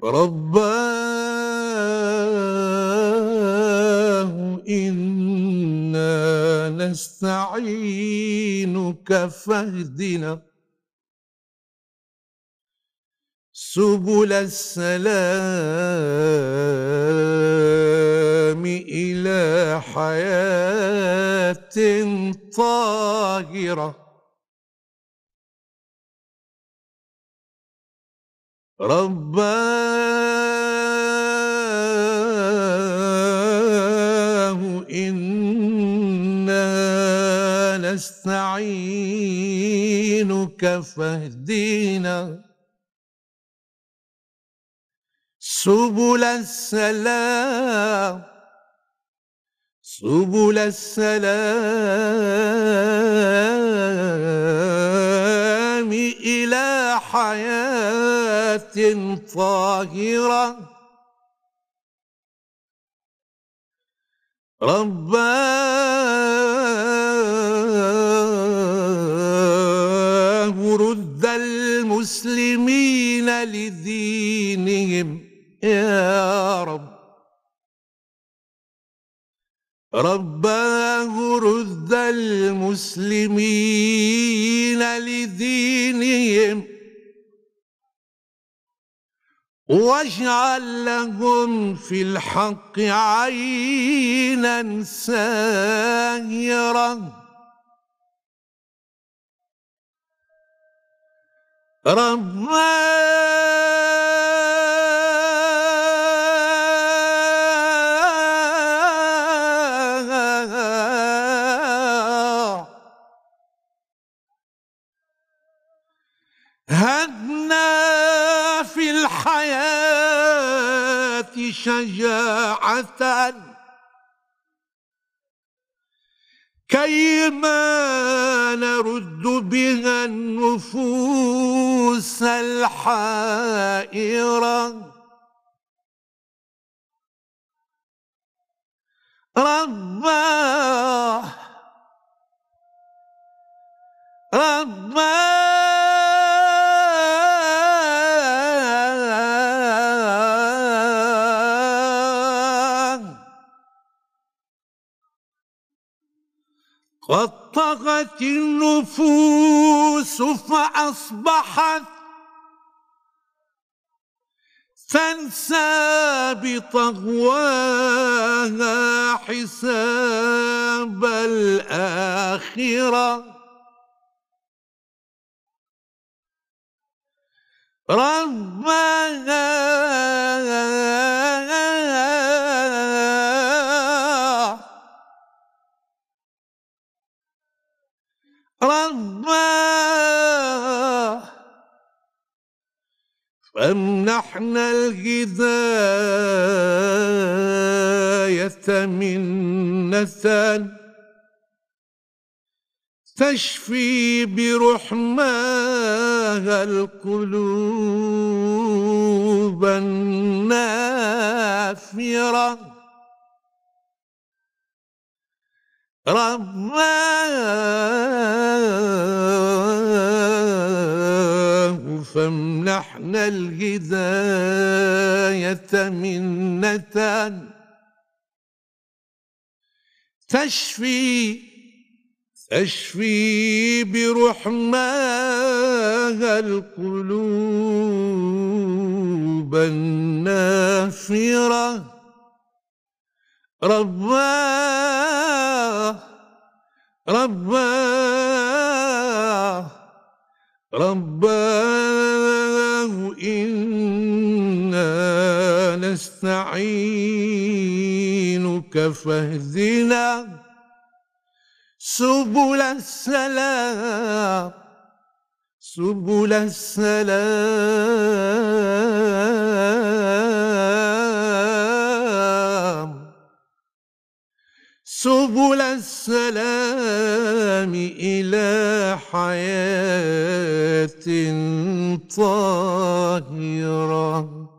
رباه إنا نستعينك فاهدنا سبل السلام إلى حياة طاهرة. رباه إنا نستعينك فاهدنا سبل السلام إلى حياة طاهرة. رباه رد المسلمين لدينهم يا رب. رباه رد المسلمين لدينهم واجعل لهم في الحق عينا ساهرة. هدنا في الحياة شجاعة كيما نرد بها النفوس الحائرة. رباه قد طغت النفوس فأصبحت تنسى بطغواها حساب الآخرة. ربنا فامنحنا الهداية منة تشفي برحماها القلوب النافرة. رباه فامنحنا الهداية منة تشفي برحماها القلوب النافرة. رباه إنا نستعينك فاهدنا سبل السلام إلى حياة طاهرة.